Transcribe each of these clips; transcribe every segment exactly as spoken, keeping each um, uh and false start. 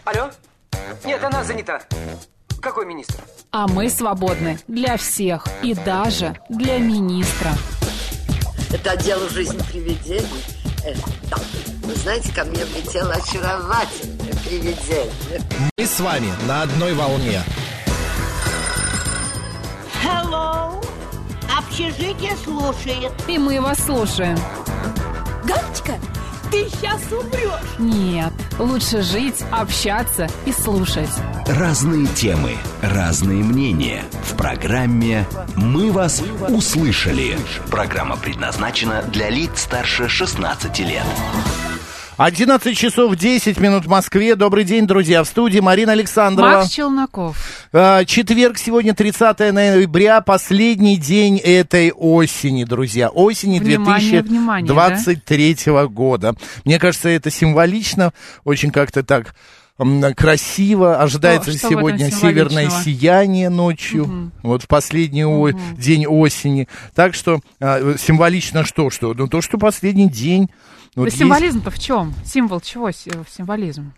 Алло? Нет, она занята. Какой министр? А мы свободны для всех и даже для министра. Это дело жизни привидений. Э, да. Вы знаете, ко мне влетело очаровательное привидение. Мы с вами на одной волне. Hello. Общежитие слушает. И мы вас слушаем. Галочка, ты сейчас умрешь. Нет, лучше жить, общаться и слушать. Разные темы, разные мнения. В программе «Мы вас услышали». Программа предназначена для лиц старше шестнадцати лет. одиннадцать часов десять минут в Москве. Добрый день, друзья. В студии Марина Александрова. Макс Челноков. Четверг, сегодня тридцатое ноября, последний день этой осени, друзья. Осени Внимание, две тысячи двадцать третьего да? года. Мне кажется, это символично, очень как-то так красиво. Ожидается что, что сегодня северное сияние ночью, угу. вот в последний угу. о- день осени. Так что а, символично что? что? Ну, то, что последний день. Вот да символизм-то есть... в чем? Символ чего символизм?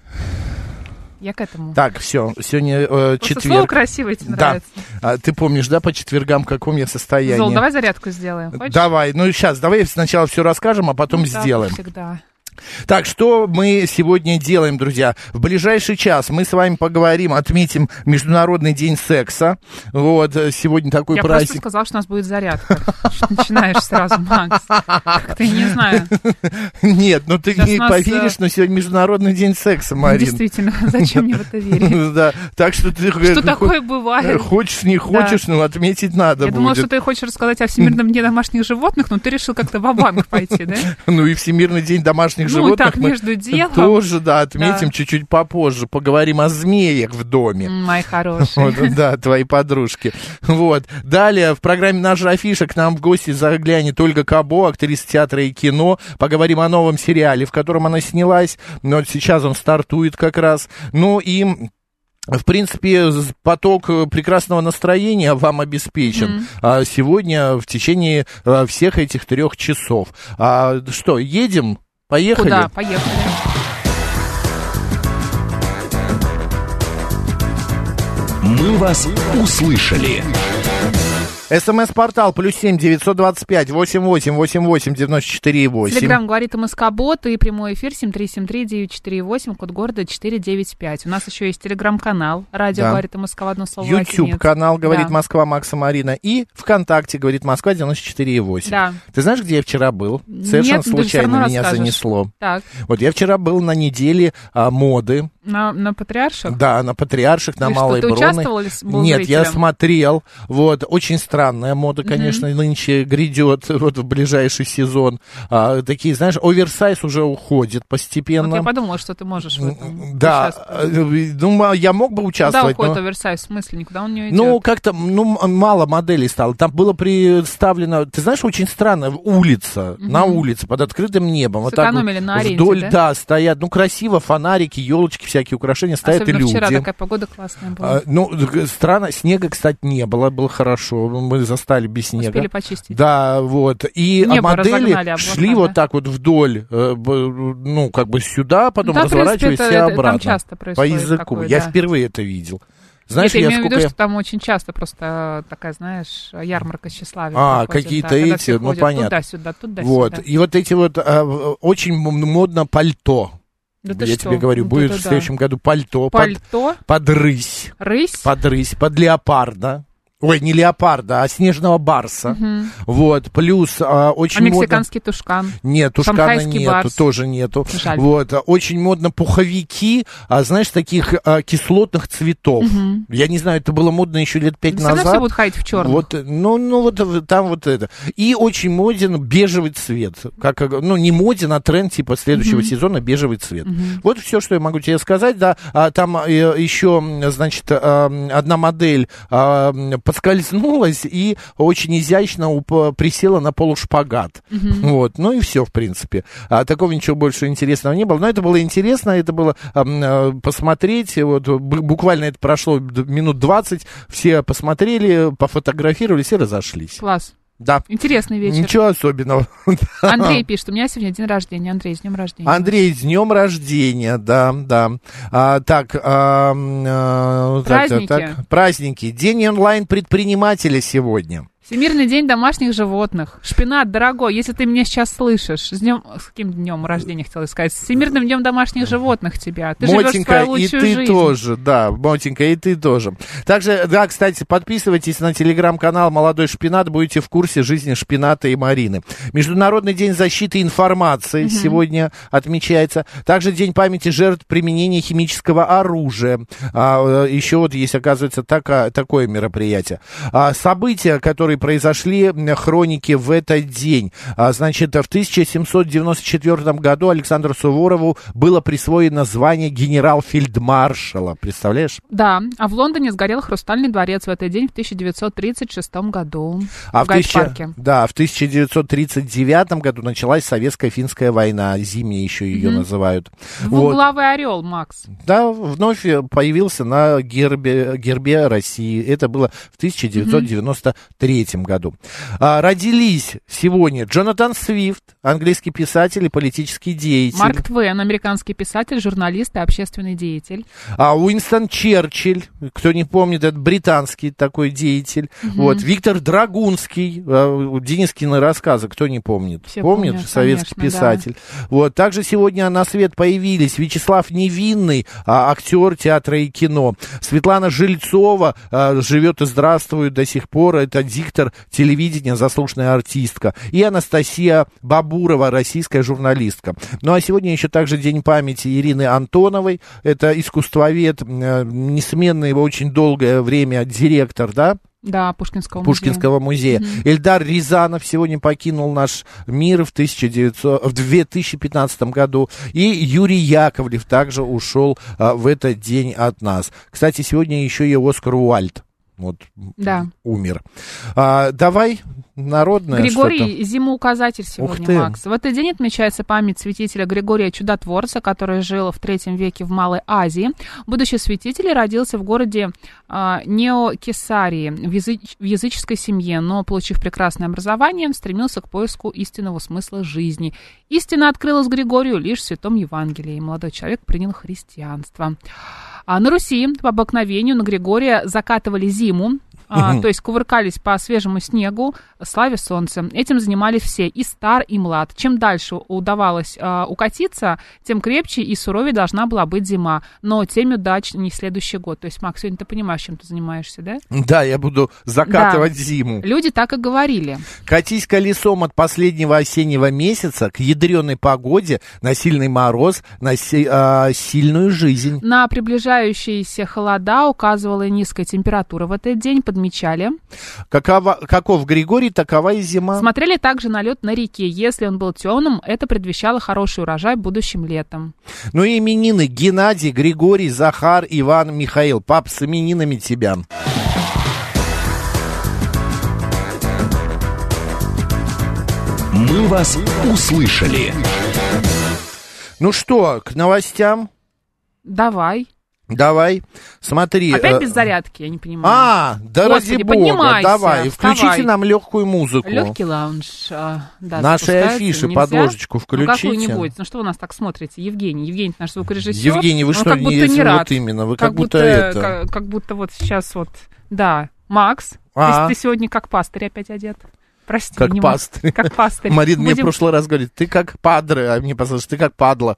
Я к этому. Так, все, сегодня э, четверг. Слово красивое тебе да. нравится. А, ты помнишь, да, по четвергам в каком я состоянии? Зол, давай зарядку сделаем. Хочешь? Давай, ну сейчас, давай сначала все расскажем, а потом ну, сделаем. Так, всегда. Так, что мы сегодня делаем, друзья? В ближайший час мы с вами поговорим, отметим Международный день секса. Вот, сегодня такой я праздник. Я просто сказала, что у нас будет зарядка. Начинаешь сразу, Макс. Как ты, не знаю. Нет, ну ты не поверишь, но сегодня Международный день секса, Марин. Действительно, зачем мне в это верить? Да, так что ты... Что такое бывает? Хочешь, не хочешь, но отметить надо будет. Я думала, что ты хочешь рассказать о Всемирном дне домашних животных, но ты решил как-то ва-банк пойти, да? Ну и Всемирный день домашних Ну, животных так, между делом. Тоже, да, отметим да. чуть-чуть попозже. Поговорим о змеях в доме. Мои хорошие. Вот, да, твои подружки. Вот. Далее в программе «Наша афиша» к нам в гости заглянет Ольга Кабо, актриса театра и кино. Поговорим о новом сериале, в котором она снялась. Но сейчас он стартует как раз. Ну и... В принципе, поток прекрасного настроения вам обеспечен mm-hmm. сегодня в течение всех этих трех часов. А, что, едем? Поехали? Куда? Поехали. Мы вас услышали. СМС-портал плюс семь девятьсот двадцать пять восемьдесят восемь восемьдесят восемь девяносто четыре восемь. Телеграм говорит МСК-бот и прямой эфир семь три семь три девять четыре восемь, код города четыре девять пять. У нас еще есть телеграм-канал. Радио да. говорит МСК в одно слово. YouTube-канал говорит да. Москва Макса Марина. И ВКонтакте говорит Москва девяносто четыре восемь. Да. Ты знаешь, где я вчера был? Совершенно Нет, случайно меня расскажешь. занесло. Так. Вот я вчера был на неделе а, моды. На, на Патриарших? Да, на Патриарших, на Ты Малой что, ты Броной. Участвовал или был Нет, зрителем? я смотрел. Вот, очень странная мода, конечно, mm-hmm. нынче грядет вот в ближайший сезон. А, такие, знаешь, оверсайз уже уходит постепенно. Вот я подумала, что ты можешь в этом да, ну, я мог бы участвовать. Куда уходит но... оверсайз? В смысле? Никуда он не уйдет? Ну, как-то, ну, мало моделей стало. Там было представлено, ты знаешь, очень странно, улица, mm-hmm. на улице, под открытым небом. Сэкономили вот на аренде, вдоль, да? да, стоят, ну, красиво, фонарики, елочки, всякие украшения, стоят особенно и люди. Вчера такая погода классная была. А, ну, странно, снега, кстати, не было, было хорошо, мы застали без снега. Успели почистить. Да, вот, и небо модели облака, шли да? вот так вот вдоль, ну, как бы сюда, потом да, разворачиваясь принципе, и это, обратно. Там часто по языку. такое, я да. впервые это видел. Знаешь, Нет, я, я имею в виду, я... что там очень часто просто такая, знаешь, ярмарка тщеславия. А, проходит, какие-то да, эти, ну, понятно. Туда-сюда, туда-сюда. Вот, и вот эти вот а, очень модно пальто. Да я что? тебе говорю, да, будет да, в следующем да. году пальто. Пальто? Под, под рысь. Рысь? Под рысь, под леопарда. Ой, не леопарда, а снежного барса. Угу. Вот, плюс а, очень а модно... мексиканский тушкан? Нет, тушкана Шанхайский нету, барс. тоже нету. Жаль. Вот, очень модно пуховики, а, знаешь, таких а, кислотных цветов. Угу. Я не знаю, это было модно еще лет пять да назад. Все будут ходить в черном. Вот, ну, ну, вот там вот это. И очень моден бежевый цвет. Как, ну, не моден, а тренд типа следующего угу. сезона бежевый цвет. Угу. Вот все, что я могу тебе сказать. Да, а, там а, еще, значит, а, одна модель а, поскользнулась и очень изящно уп- присела на полушпагат. Uh-huh. Вот. Ну и все, в принципе. А, такого ничего больше интересного не было. Но это было интересно, это было а, посмотреть. Вот, буквально это прошло минут двадцать. Все посмотрели, пофотографировались и разошлись. Класс. Да. Интересный вечер. Ничего особенного. Андрей пишет, у меня сегодня день рождения. Андрей, с днем рождения. Андрей, с днем рождения, да, да. А, так, а, а, праздники. Так, так, праздники. День онлайн-предпринимателя сегодня. Всемирный день домашних животных. Шпинат, дорогой, если ты меня сейчас слышишь, с днем, с каким днем рождения хотела сказать? С Всемирным днем домашних животных тебя. Ты Мотенька, живешь свою лучшую и ты жизнь. тоже, да, Мотенька, и ты тоже. Также, да, кстати, подписывайтесь на телеграм-канал «Молодой шпинат», будете в курсе жизни Шпината и Марины. Международный день защиты информации mm-hmm. сегодня отмечается. Также День памяти жертв применения химического оружия. А, еще вот есть, оказывается, така, такое мероприятие. А, события, которые произошли хроники в этот день. А, значит, в тысяча семьсот девяносто четвёртом году Александру Суворову было присвоено звание генерал-фельдмаршала. Представляешь? Да, а в Лондоне сгорел Хрустальный дворец в этот день в тысяча девятьсот тридцать шестом году. А в в тысяча, да, в тысяча девятьсот тридцать девятом году началась Советско-финская война. Зимняя еще ее mm-hmm. называют. Двуглавый вот. Орел, Макс. Да, вновь появился на гербе, гербе России. Это было в тысяча девятьсот девяносто третьем mm-hmm. году. А, родились сегодня Джонатан Свифт, английский писатель и политический деятель. Марк Твен, американский писатель, журналист и общественный деятель. А Уинстон Черчилль, кто не помнит, это британский такой деятель. Mm-hmm. Вот, Виктор Драгунский, Денискины рассказы, кто не помнит? Все помнит, помнят, советский конечно, писатель. Да. Вот, также сегодня на свет появились Вячеслав Невинный, а, актер театра и кино. Светлана Жильцова а, живет и здравствует до сих пор, это диктор телевидения, заслуженная артистка. И Анастасия Бабурова, российская журналистка. Ну а сегодня еще также день памяти Ирины Антоновой, это искусствовед, несменный его очень долгое время директор, да? Да, Пушкинского, Пушкинского музея. музея. Mm-hmm. Эльдар Рязанов сегодня покинул наш мир в, тысяча девятьсот, в две тысячи пятнадцатом году. И Юрий Яковлев также ушел а, в этот день от нас. Кстати, сегодня еще и Оскар Уальд. Вот, да. умер. А, давай народное Григорий что-то. Зимоуказатель сегодня, Макс. В этот день отмечается память святителя Григория Чудотворца, который жил в третьем веке в Малой Азии. Будущий святитель родился в городе а, Неокесарии в, языч... в языческой семье, но, получив прекрасное образование, стремился к поиску истинного смысла жизни. Истина открылась Григорию лишь в Святом Евангелии. Молодой человек принял христианство. А на Руси по обыкновению на Григория закатывали зиму, а, то есть кувыркались по свежему снегу, славе солнца. Этим занимались все, и стар, и млад. Чем дальше удавалось а, укатиться, тем крепче и суровее должна была быть зима. Но тем удачнее следующий год. То есть, Макс, сегодня ты понимаешь, чем ты занимаешься, да? Да, я буду закатывать да. зиму. Люди так и говорили. Катись колесом от последнего осеннего месяца к ядреной погоде, на сильный мороз, на си- а, сильную жизнь. На приближающиеся холода указывала и низкая температура в этот день, подмечали. Какова, каков Григорий, такова и зима. Смотрели также на лед на реке. Если он был темным, это предвещало хороший урожай будущим летом. Ну и именины: Геннадий, Григорий, Захар, Иван, Михаил. Пап, с именинами тебя. Мы вас услышали. Ну что, к новостям? Давай. Давай, смотри. Опять без зарядки, я не понимаю. А, да Господи, ради бога, давай, вставай. Включите нам легкую музыку. Легкий лаунж. А, да, наши афиши, нельзя? подложечку включите. Ну, какую-нибудь. Ну, что вы нас так смотрите? Евгений, Евгений, наш звукорежиссер. Евгений, вы что, как не, будто не рад. Вот именно, вы как, как будто, будто это... Как, как будто вот сейчас вот, да. Макс, а? ты, ты сегодня как пастырь опять одет. Прости, как пастырь. Как пастырь. Марин Будем... мне в прошлый раз говорит, ты как падре, а мне послушай, ты как падла.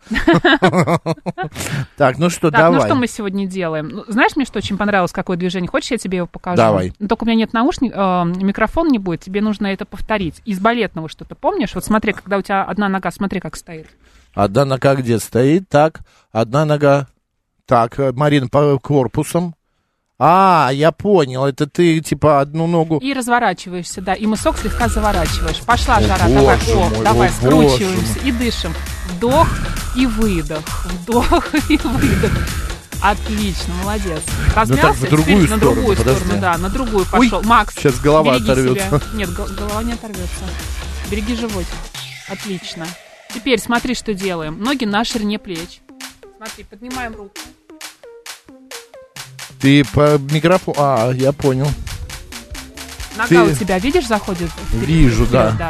Так, ну что, давай. Ну что мы сегодня делаем? Знаешь, мне что очень понравилось, какое движение? Хочешь, я тебе его покажу? Давай. Только у меня нет наушников, микрофон не будет, тебе нужно это повторить. Из балетного что-то помнишь? Вот смотри, когда у тебя одна нога, смотри, как стоит. Одна нога где стоит? Так, одна нога. Так, Марин, по корпусом. А, я понял, это ты, типа, одну ногу... И разворачиваешься, да, и мысок слегка заворачиваешь. Пошла, Жара, о, давай, о, мой, давай, скручиваемся мой. И дышим. Вдох и выдох, вдох и выдох. Отлично, молодец. Размялся? Ну, так, в другую Теперь сторону, на другую подожди. сторону, да, на другую пошел. Ой, Макс, сейчас голова береги оторвется. себя. Нет, голова не оторвется. Береги животик. Отлично. Теперь смотри, что делаем. Ноги на ширине плеч. Смотри, поднимаем руку. Ты по микрофону... А, я понял. Нога Ты... у тебя, видишь, заходит вперед? Вижу, вперед, да. да.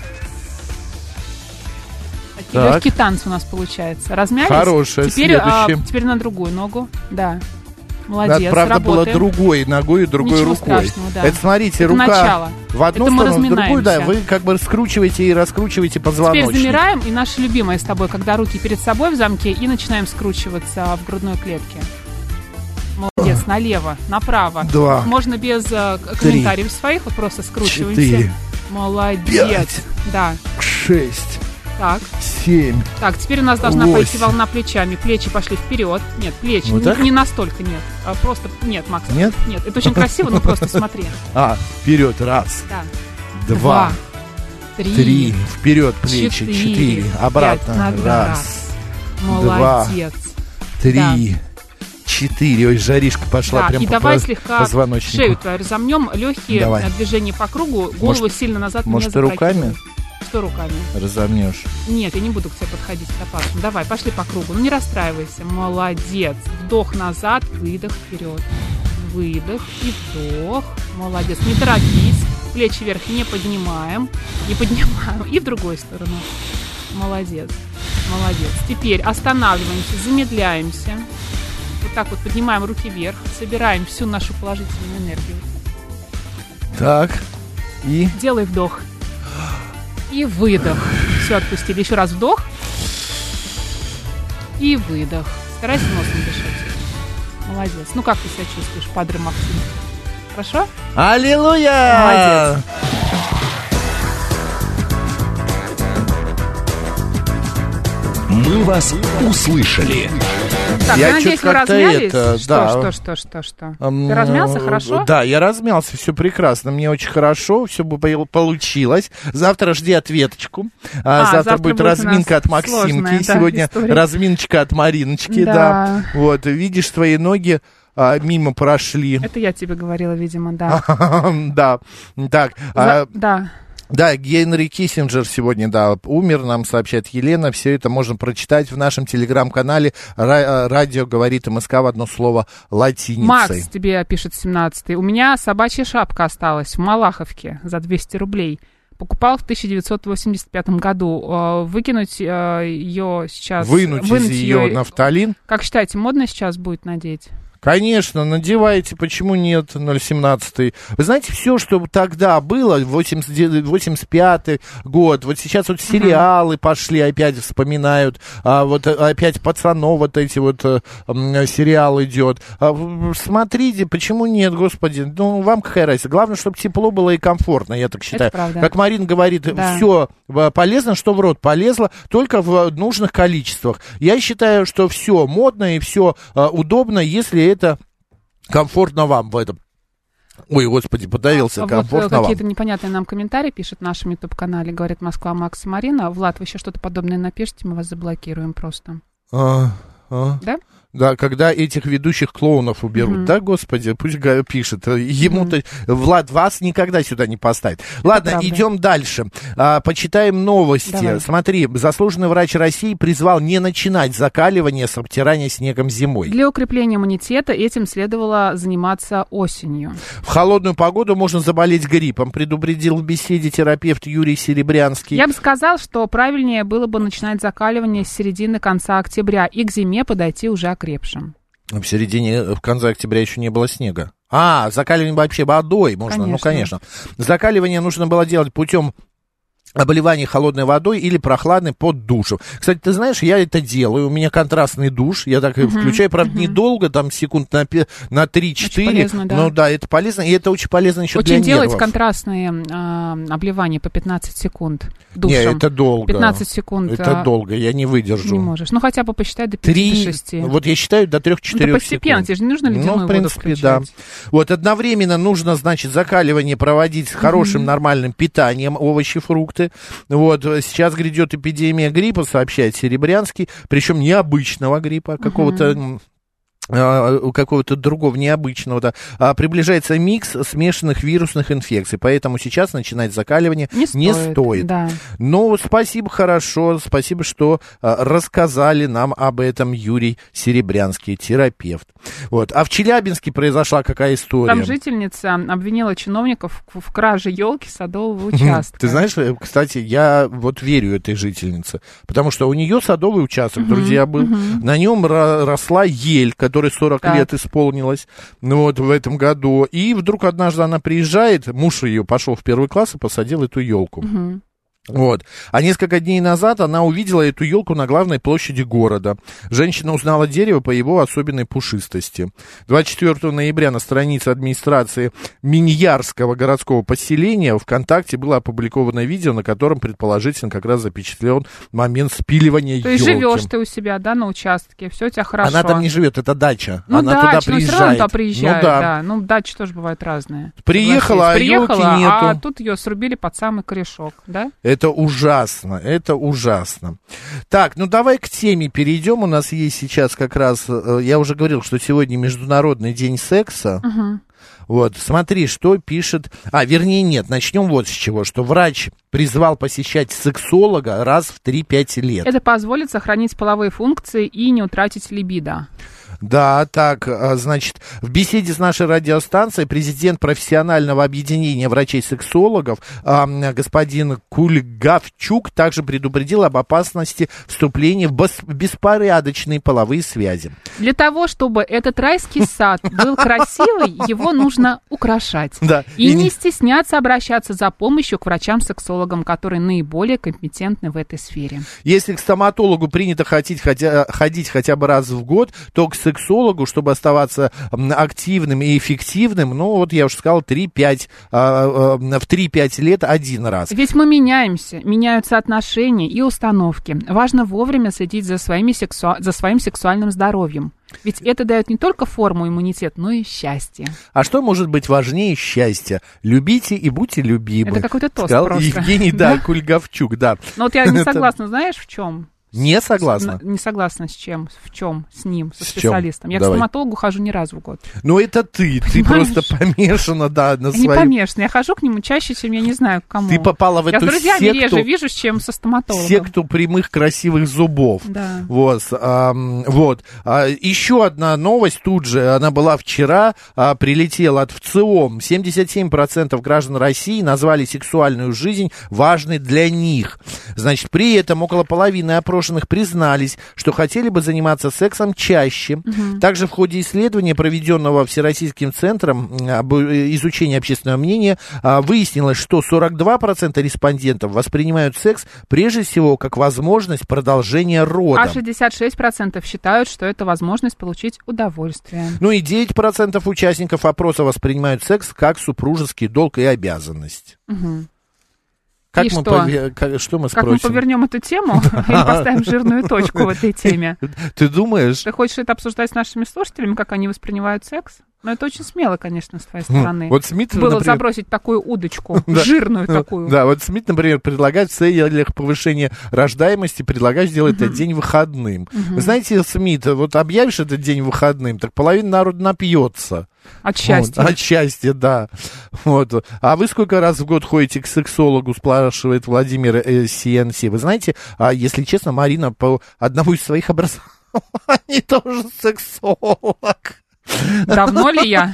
Такие легкий танц у нас получается. Размялись? Хорошая, теперь, а, следующая. теперь на другую ногу, да. Молодец, Надо, правда, работаем. было другой ногой и другой Ничего рукой. страшного, да. Это, смотрите, Это рука начало. в одну Это мы сторону, в другую, да, разминаемся. вы как бы раскручиваете и раскручиваете позвоночник. Теперь замираем, и наше любимое с тобой, когда руки перед собой в замке, и начинаем скручиваться в грудной клетке. Молодец, налево, направо. Два. Можно без э, комментариев своих, вот просто скручиваемся. Четыре. Молодец. Пять. Да. Шесть. Так. Семь. Так, теперь у нас должна восемь. пойти волна плечами. Плечи пошли вперед. Нет, плечи. Вот не, так? не настолько, нет. А просто. Нет, Макс. Нет? Нет, это очень красиво, но просто смотри. А, вперед, раз. Да. Два. Три. Три. Вперед, плечи. Четыре. Четыре. Обратно. Пять. Нога. Раз. Молодец. Три. Четыре. Ой, жаришка пошла Да, прям и по давай по- слегка позвоночнику. шею твою разомнем, легкие Давай. движения по кругу, голову Может- сильно назад может, не ты руками? запрокидывай. Что руками? Разомнешь. Нет, я не буду к тебе подходить с опасным. Давай, пошли по кругу. Ну не расстраивайся. Молодец. Вдох назад, выдох вперед. Выдох и вдох. Молодец. Не торопись. Плечи вверх не поднимаем. Не поднимаем. И в другую сторону. Молодец. Молодец. Теперь останавливаемся, замедляемся. Вот так вот поднимаем руки вверх. Собираем всю нашу положительную энергию. Так. И... Делай вдох. И выдох. Все, отпустили. Еще раз вдох. И выдох. Старайся носом дышать. Молодец. Ну, как ты себя чувствуешь, Падре Максим? Хорошо? Аллилуйя! Молодец. Мы вас услышали. Так, Я я надеюсь, чё-то вы как-то размялись? это, что, да. что, что, что, что? М, Ты размялся хорошо? Да, я размялся, все прекрасно, мне очень хорошо, все получилось. Завтра жди ответочку. А, А, завтра, завтра будет будет у нас разминка от Максимки, сложная, да, сегодня история. разминочка от Мариночки, да. Да. Вот, видишь, твои ноги а, мимо прошли. Это я тебе говорила, видимо, да. Да, так. а, За- Да. Да, Генри Киссинджер сегодня, да, умер, нам сообщает Елена. Все это можно прочитать в нашем телеграм-канале Ра- «Радио говорит МСК» в одно слово латиницей. Макс тебе пишет семнадцатый. У меня собачья шапка осталась в Малаховке за двести рублей. Покупал в тысяча девятьсот восемьдесят пятом году. Э, Выкинуть э, ее сейчас... Вынуть, из ее нафталин? Как считаете, модно сейчас будет надеть? Конечно, надевайте, почему нет, ноль семнадцать. Вы знаете, все, что тогда было, восемьдесят пятый год, вот сейчас вот сериалы uh-huh. пошли, опять вспоминают, а, вот опять пацанов вот эти вот а, сериал идет. А, смотрите, почему нет, господи, ну вам какая разница, главное, чтобы тепло было и комфортно, я так считаю. Как Марина говорит, да. все полезно, что в рот полезло, только в нужных количествах. Я считаю, что все модно и все а, удобно, если это комфортно вам в этом. Ой, господи, подавился, а, комфортно вот, вам. Какие-то непонятные нам комментарии пишут в нашем ютуб-канале, говорит Москва, Макс и Марина. Влад, вы еще что-то подобное напишите, мы вас заблокируем просто. А, а. Да? Да, когда этих ведущих клоунов уберут. Mm-hmm. Да, господи, пусть пишет. Ему-то, mm-hmm. Влад, вас никогда сюда не поставит. Это Ладно, правда. Идем дальше. А, почитаем новости. Давай. Смотри, заслуженный врач России призвал не начинать закаливание с обтирания снегом зимой. Для укрепления иммунитета этим следовало заниматься осенью. В холодную погоду можно заболеть гриппом, предупредил в беседе терапевт Юрий Серебрянский. Я бы сказал, что правильнее было бы начинать закаливание с середины-конца октября и к зиме подойти уже окрепшим. В середине, в конце октября еще не было снега. А, закаливание вообще водой можно, конечно. Ну, конечно. Закаливание нужно было делать путем обливание холодной водой или прохладной под душем. Кстати, ты знаешь, я это делаю, у меня контрастный душ, я так uh-huh, включаю, правда, uh-huh. недолго, там секунд на, на три-четыре, да. Но да, это полезно, и это очень полезно еще очень для нервов. Очень делать контрастные э, обливания по пятнадцать секунд душем. Нет, это долго. пятнадцать секунд. Это а... долго, я не выдержу. Не можешь, ну хотя бы посчитай до пяти-шести. Вот я считаю до трех-четырех секунд. Постепенно, тебе же не нужно ледяную ну, в принципе, воду включать. Да. Вот одновременно нужно, значит, закаливание проводить с хорошим uh-huh. нормальным питанием, овощи, фрукты, вот. Сейчас грядет эпидемия гриппа, сообщает Серебрянский, причем необычного гриппа, какого-то... Uh-huh. у какого-то другого необычного, да, а приближается микс смешанных вирусных инфекций, поэтому сейчас начинать закаливание не стоит. Не стоит. Да. Но спасибо, хорошо, спасибо, что а, рассказали нам об этом Юрий Серебрянский, терапевт. Вот. А в Челябинске произошла какая история? Там жительница обвинила чиновников в краже елки садового участка. Ты знаешь, кстати, я вот верю этой жительнице, потому что у нее садовый участок, друзья, был, на нем росла ель, которой сорок так. лет исполнилось, ну, вот в этом году. И вдруг однажды она приезжает, муж ее пошел в первый класс и посадил эту елку. Угу. Вот. А несколько дней назад она увидела эту елку на главной площади города. Женщина узнала дерево по его особенной пушистости. двадцать четвёртого ноября на странице администрации Миньярского городского поселения ВКонтакте было опубликовано видео, на котором предположительно как раз запечатлен момент спиливания елки. То есть живешь ты у себя, да, на участке, все у тебя хорошо. Она там не живет, это дача. Ну, она дача, туда приезжает. Но все равно туда приезжает, ну, да. да. Ну, дачи тоже бывают разные. Приехала, а Приехала, елки нету. А тут ее срубили под самый корешок, да? Это ужасно, это ужасно. Так, ну давай к теме перейдем. У нас есть сейчас как раз, я уже говорил, что сегодня Международный день секса. Uh-huh. Вот, смотри, что пишет... А, вернее, нет, начнем вот с чего, что врач призвал посещать сексолога раз в три-пять лет. Это позволит сохранить половые функции и не утратить либидо. Да, так, значит, в беседе с нашей радиостанцией президент профессионального объединения врачей-сексологов господин Кульгавчук также предупредил об опасности вступления в беспорядочные половые связи. Для того, чтобы этот райский сад был красивый, его нужно украшать. Да. И, и не стесняться обращаться за помощью к врачам-сексологам, которые наиболее компетентны в этой сфере. Если к стоматологу принято ходить хотя, ходить хотя бы раз в год, то к сексологу, чтобы оставаться активным и эффективным, ну, вот я уже сказал, три-пять, а, а, в три-пять лет один раз. Ведь мы меняемся, меняются отношения и установки. Важно вовремя следить за, своими сексу... за своим сексуальным здоровьем. Ведь это дает не только форму, иммунитет, но и счастье. А что может быть важнее счастья? Любите и будьте любимы. Это какой-то тост сказал просто. Евгений, да, Кульгавчук, да. Но вот я не согласна, знаешь, в чем? Не согласна? Не согласна с чем? В чем? С ним, со с специалистом. Чем? Я Давай. к стоматологу хожу не раз в год. Ну, это ты. Понимаешь? Ты просто помешана, да, на своем... Не помешана. Я хожу к нему чаще, чем я не знаю к кому. Ты попала в я эту секту. Я с друзьями секту, реже вижу, чем со стоматологом. Секту прямых красивых зубов. Да. Вот. А, вот. А, еще одна новость тут же. Она была вчера. А, прилетела от ВЦИОМ. семьдесят семь процентов граждан России назвали сексуальную жизнь важной для них. Значит, при этом около половины опрошенных признали, что хотели бы заниматься сексом чаще. Угу. Также в ходе исследования, проведенного Всероссийским центром изучения общественного мнения, выяснилось, что сорок два процента респондентов воспринимают секс прежде всего как возможность продолжения рода. А шестьдесят шесть процентов считают, что это возможность получить удовольствие. Ну и девять процентов участников опроса воспринимают секс как супружеский долг и обязанность. Угу. Как и мы что? Пове... Как, что мы как спросим? мы повернем эту тему или поставим жирную точку в этой теме? Ты думаешь? Ты хочешь это обсуждать с нашими слушателями, как они воспринимают секс? Ну, это очень смело, конечно, с твоей стороны. Вот Смит, было например... забросить такую удочку, жирную такую. Да, вот Смит, например, предлагает в целях повышения рождаемости, предлагает сделать этот день выходным. Вы знаете, Смит, вот объявишь этот день выходным, так половина народа напьется. От счастья. Вот, от счастья, да. Вот. А вы сколько раз в год ходите к сексологу, спрашивает Владимир э, си эн си. Вы знаете, а, если честно, Марина по одному из своих образований тоже сексолог. Давно ли я?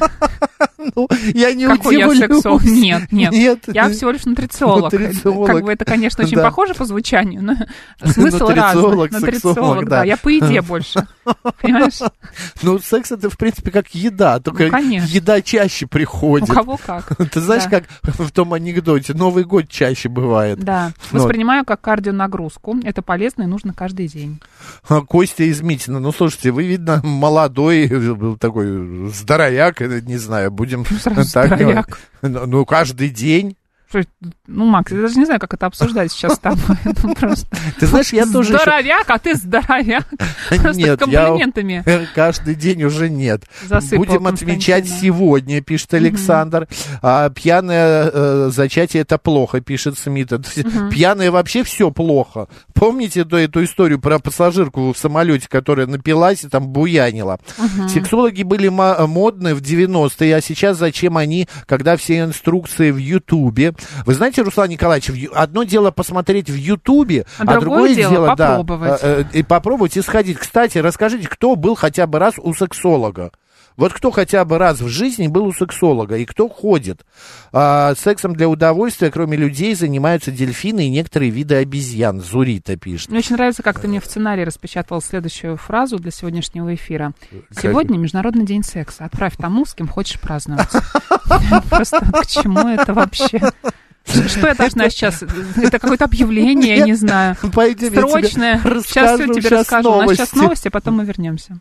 Ну, я не Какой удивлюсь. я сексолог? Нет, нет, нет. Я всего лишь нутрициолог. нутрициолог. Как бы это, конечно, очень да. похоже по звучанию, но смысл разный. Нутрициолог, да. да. Я по еде больше. Понимаешь? Ну, секс это, в принципе, как еда, только ну, еда чаще приходит. У кого как. Ты знаешь, да. как в том анекдоте, Новый год чаще бывает. Да. Вот. Воспринимаю как кардионагрузку. Это полезно и нужно каждый день. Костя из Митина, ну, слушайте, вы, видно, молодой, такой здоровяк, не знаю, будем... Сразу так, здоровяк. Ну, каждый день. Ну, Макс, я даже не знаю, как это обсуждать сейчас с тобой. Ну, просто... Ты знаешь, я тоже... Здоровяк, еще... а ты здоровяк. Просто нет, комплиментами. Я... каждый день уже нет. Засыпал Будем отвечать сегодня, пишет Александр. Угу. А, пьяное э, зачатие — это плохо, пишет Смит. Угу. Пьяное вообще все плохо. Помните эту, эту историю про пассажирку в самолете, которая напилась и там буянила? Угу. Сексологи были модны в девяностые, а сейчас зачем они, когда все инструкции в Ютубе? Вы знаете, Руслан Николаевич, одно дело посмотреть в Ютубе, а, а другое дело, дело попробовать. Да, и попробовать и сходить. Кстати, расскажите, кто был хотя бы раз у сексолога? Вот кто хотя бы раз в жизни был у сексолога и кто ходит? А, сексом для удовольствия, кроме людей, занимаются дельфины и некоторые виды обезьян. Зурита пишет. Мне очень нравится, как ты мне в сценарии распечатал следующую фразу для сегодняшнего эфира. Сегодня Международный день секса. Отправь тому, с кем хочешь праздновать. Просто к чему это вообще? Что я должна сейчас? Это какое-то объявление, я не знаю. Срочное. Сейчас все тебе расскажу. У нас сейчас новости, а потом мы вернемся.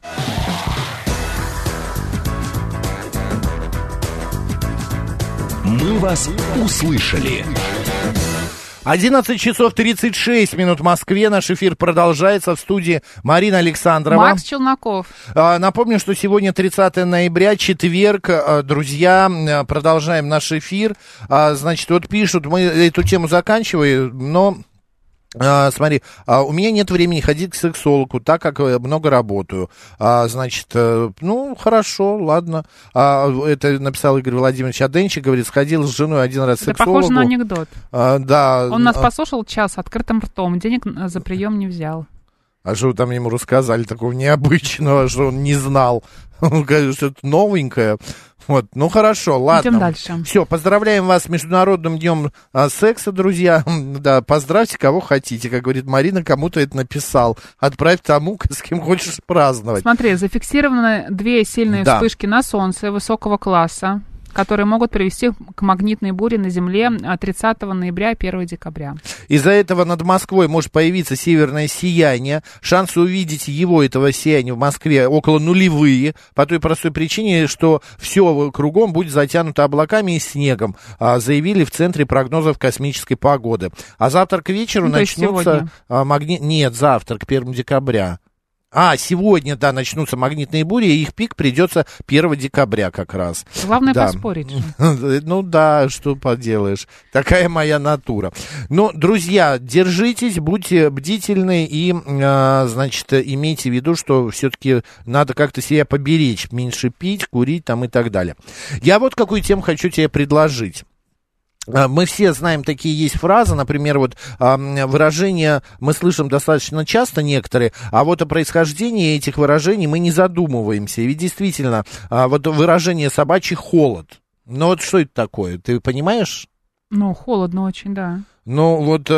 Мы вас услышали. одиннадцать часов тридцать шесть минут в Москве. Наш эфир продолжается. В студии Марина Александрова. Макс Челноков. А, напомню, что сегодня тридцатое ноября, четверг. А, друзья, продолжаем наш эфир. А, значит, вот пишут, мы эту тему заканчиваем, но... А, смотри, а, у меня нет времени ходить к сексологу, так как много работаю. А, значит, а, ну, хорошо, ладно. А, это написал Игорь Владимирович Аденчик, говорит, сходил с женой один раз к это сексологу. Похоже на анекдот. А, да. Он нас послушал час открытым ртом, денег за прием не взял. А что вы там ему рассказали такого необычного, что он не знал? Он говорит, что это новенькое. Вот, ну хорошо, ладно. Идем дальше. Все, поздравляем вас с Международным днем а, секса, друзья. Да, поздравьте кого хотите, как говорит Марина, кому-то это написал. Отправь тому, с кем хочешь праздновать. Смотри, зафиксированы две сильные да. вспышки на Солнце высокого класса, которые могут привести к магнитной буре на Земле тридцатого ноября и первого декабря. Из-за этого над Москвой может появиться северное сияние. Шансы увидеть его, этого сияния, в Москве около нулевые, по той простой причине, что все кругом будет затянуто облаками и снегом, заявили в Центре прогнозов космической погоды. А завтра к вечеру ну, начнутся магнит... Нет, завтра, к первому декабря. А, сегодня, да, начнутся магнитные бури, и их пик придется первого декабря как раз. Главное да. поспорить же. Ну да, что поделаешь. Такая моя натура. Ну, друзья, держитесь, будьте бдительны и, а, значит, имейте в виду, что все-таки надо как-то себя поберечь, меньше пить, курить там и так далее. Я вот какую тему хочу тебе предложить. Мы все знаем, такие есть фразы, например, вот выражения мы слышим достаточно часто некоторые, а вот о происхождении этих выражений мы не задумываемся. И ведь действительно, вот выражение «собачий холод», ну вот что это такое, ты понимаешь? Ну, холодно очень, да. Ну, вот, э,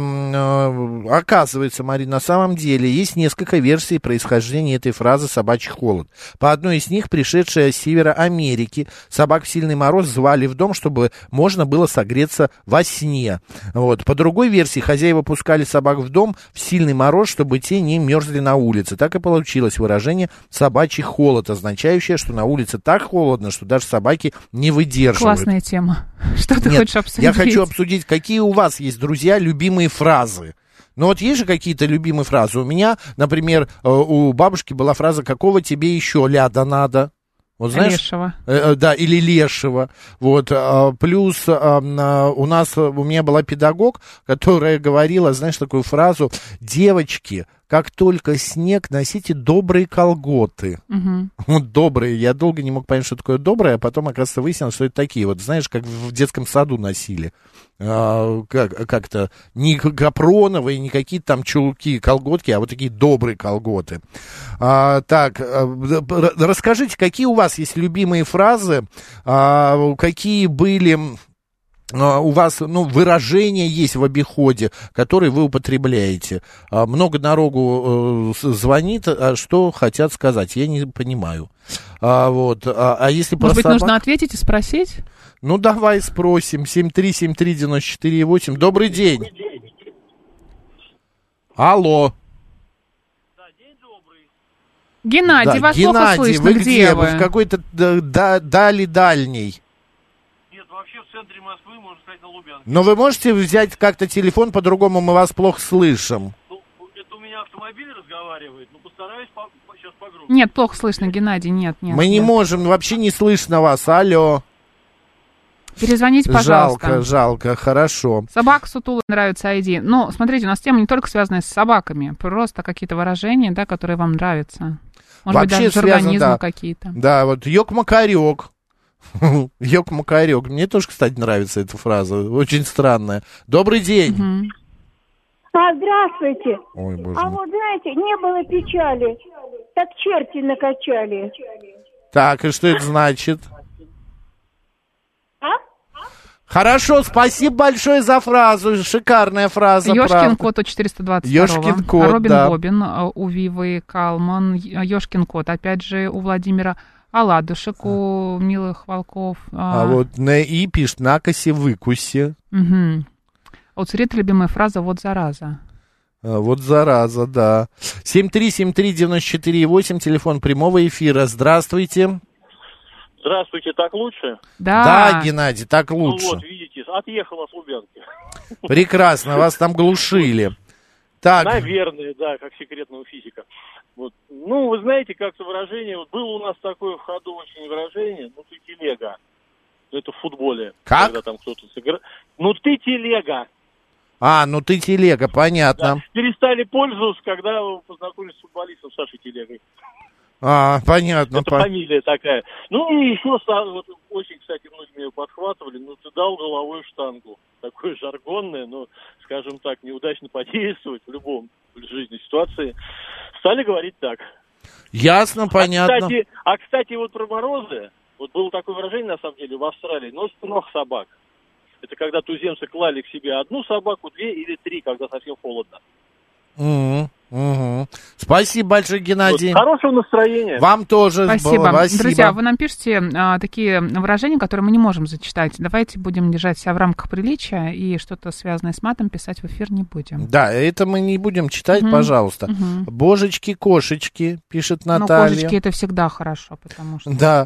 э, оказывается, Марина, на самом деле есть несколько версий происхождения этой фразы «собачий холод». По одной из них, пришедшая с севера Америки, собак в сильный мороз звали в дом, чтобы можно было согреться во сне. Вот. По другой версии, хозяева пускали собак в дом в сильный мороз, чтобы те не мерзли на улице. Так и получилось выражение «собачий холод», означающее, что на улице так холодно, что даже собаки не выдерживают. Классная тема. Что ты Нет, хочешь обсудить? Я хочу обсудить, какие у вас есть, друзья, любимые фразы. Ну вот есть же какие-то любимые фразы. У меня, например, у бабушки была фраза «какого тебе еще ляда надо?» Вот, знаешь, лешего. Э, да, или лешего. Вот, а, плюс а, у нас, у меня была педагог, которая говорила, знаешь, такую фразу: девочки, как только снег, носите добрые колготы. Угу. Вот добрые. Я долго не мог понять, что такое доброе, а потом, оказывается, выяснилось, что это такие. Вот, знаешь, как в детском саду носили. А, как, как-то не капроновые, не какие-то там чулки, колготки, а вот такие добрые колготы. А, так, расскажите, какие у вас есть любимые фразы, а, какие были... у вас, ну, выражения есть в обиходе, которые вы употребляете. Много народу звонит, а что хотят сказать, я не понимаю. А, вот, а, а если Может быть, собак... нужно ответить и спросить? Ну, давай спросим. семь три семь три девять четыре восемь. Добрый день. Алло. Геннадий, да, вас Геннадий, плохо слышно. Вы где, где? вы? Вы в какой-то да, дали дальней. Нет, вообще в центре Москвы, можно сказать, на Лубянке. Но вы можете взять как-то телефон, по-другому мы вас плохо слышим. Ну, это у меня автомобиль разговаривает, но постараюсь по- сейчас погромче. Нет, плохо слышно, Геннадий, нет, нет. Мы нет. не можем, вообще не слышно вас, алло. Перезвоните, пожалуйста. Жалко, жалко, хорошо. Собака сутулая нравится Айди. Ну, смотрите, у нас тема не только связанная с собаками, просто какие-то выражения, да, которые вам нравятся. Может Вообще быть, даже связано, организмы да. какие-то. Да, вот ёк-макарёк. Ёк-макарёк. Мне тоже, кстати, нравится эта фраза. Очень странная. Добрый день. Угу. А, здравствуйте. Ой, боже А мой. вот, знаете, не было печали, так черти накачали. Так, и что это значит? А? Хорошо, спасибо большое за фразу. Шикарная фраза, Ёшкин правда. кот у четыреста двадцать Ёшкин кот, Робин да. Бобин у Вивы Калман. Ёшкин кот, опять же, у Владимира Оладушек, у Милых Волков. А вот на И пишет «накоси выкуси». Угу. А у Цвета любимая фраза «вот зараза». А, вот зараза, да. семь три семь три девять четыре восемь, телефон прямого эфира. Здравствуйте. Здравствуйте, так лучше? Да. Да, Геннадий, так лучше. Ну вот, видите, отъехала с Лубянки. Прекрасно, вас там глушили. Так. Наверное, да, как секретного физика. Вот. Ну, вы знаете, как-то выражение, вот было у нас такое в ходу очень выражение, ну ты телега. Это в футболе. Как? Когда там кто-то сыграл. Ну ты телега. А, ну ты телега, понятно. Да. Перестали пользоваться, когда познакомились с футболистом Сашей Телегой. А, понятно. Это по... фамилия такая. Ну и еще, вот, очень, кстати, многие меня подхватывали, ну ты дал головой штангу. Такое жаргонное, но, скажем так, неудачно подействовать в любом в жизни ситуации. Стали говорить так. Ясно, понятно. А кстати, а, кстати, вот про морозы, вот было такое выражение, на самом деле, в Австралии, нос трех собак. Это когда туземцы клали к себе одну собаку, две или три, когда совсем холодно. Угу, угу. Спасибо большое, Геннадий. Вот, хорошего настроения. Вам тоже. Спасибо. Спасибо. Друзья, вы нам пишете а, такие выражения, которые мы не можем зачитать. Давайте будем держать себя в рамках приличия и что-то связанное с матом писать в эфир не будем. Да, это мы не будем читать, Угу. пожалуйста. Угу. Божечки-кошечки, пишет Ну, Наталья. кошечки это всегда хорошо, потому что... Да,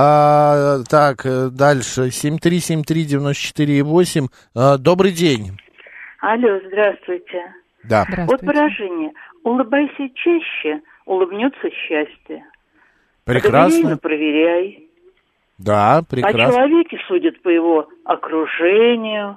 а, так, дальше, семь три семь три девять четыре восемь, а, добрый день. Алло, здравствуйте. Да. Вот выражение «улыбайся чаще, улыбнется счастье». Прекрасно. Проверяй, проверяй. Да, прекрасно. О человеке судят по его окружению.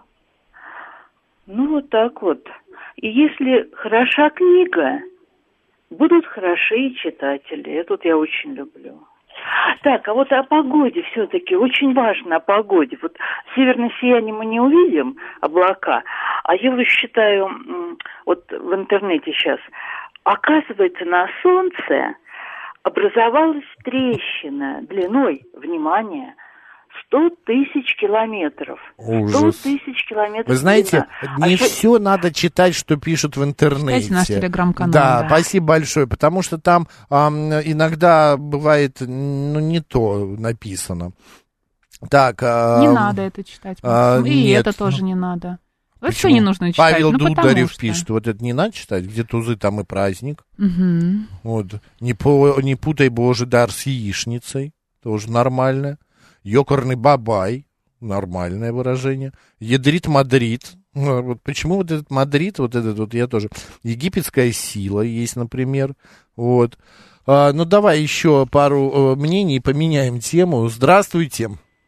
Ну, вот так вот. И если хороша книга, будут хороши и читатели. Это вот я очень люблю. Так, а вот о погоде все-таки очень важно, о погоде. Вот северное сияние мы не увидим, облака, а я вот считаю, вот в интернете сейчас, оказывается, на солнце образовалась трещина длиной, внимание, сто тысяч километров. Ужас. сто тысяч километров. Вы знаете, длина. не а все надо читать, что пишут в интернете. Читайте наш телеграм-канал. Да, да, спасибо большое, потому что там ам, иногда бывает, ну, не то написано. Так, а, не надо это читать. А, и нет. это тоже не надо. Почему? Вообще не нужно читать. Павел ну, Дударев что... пишет, вот это не надо читать, где тузы, там и праздник. Угу. Вот. Не, по, не путай Божий дар с яичницей, тоже нормально. Ёкарный бабай, нормальное выражение. Ядрит Мадрид. Вот почему вот этот Мадрид, вот этот вот я тоже. Египетская сила есть, например. Вот. А, ну, давай еще пару э, мнений, поменяем тему. Здравствуйте.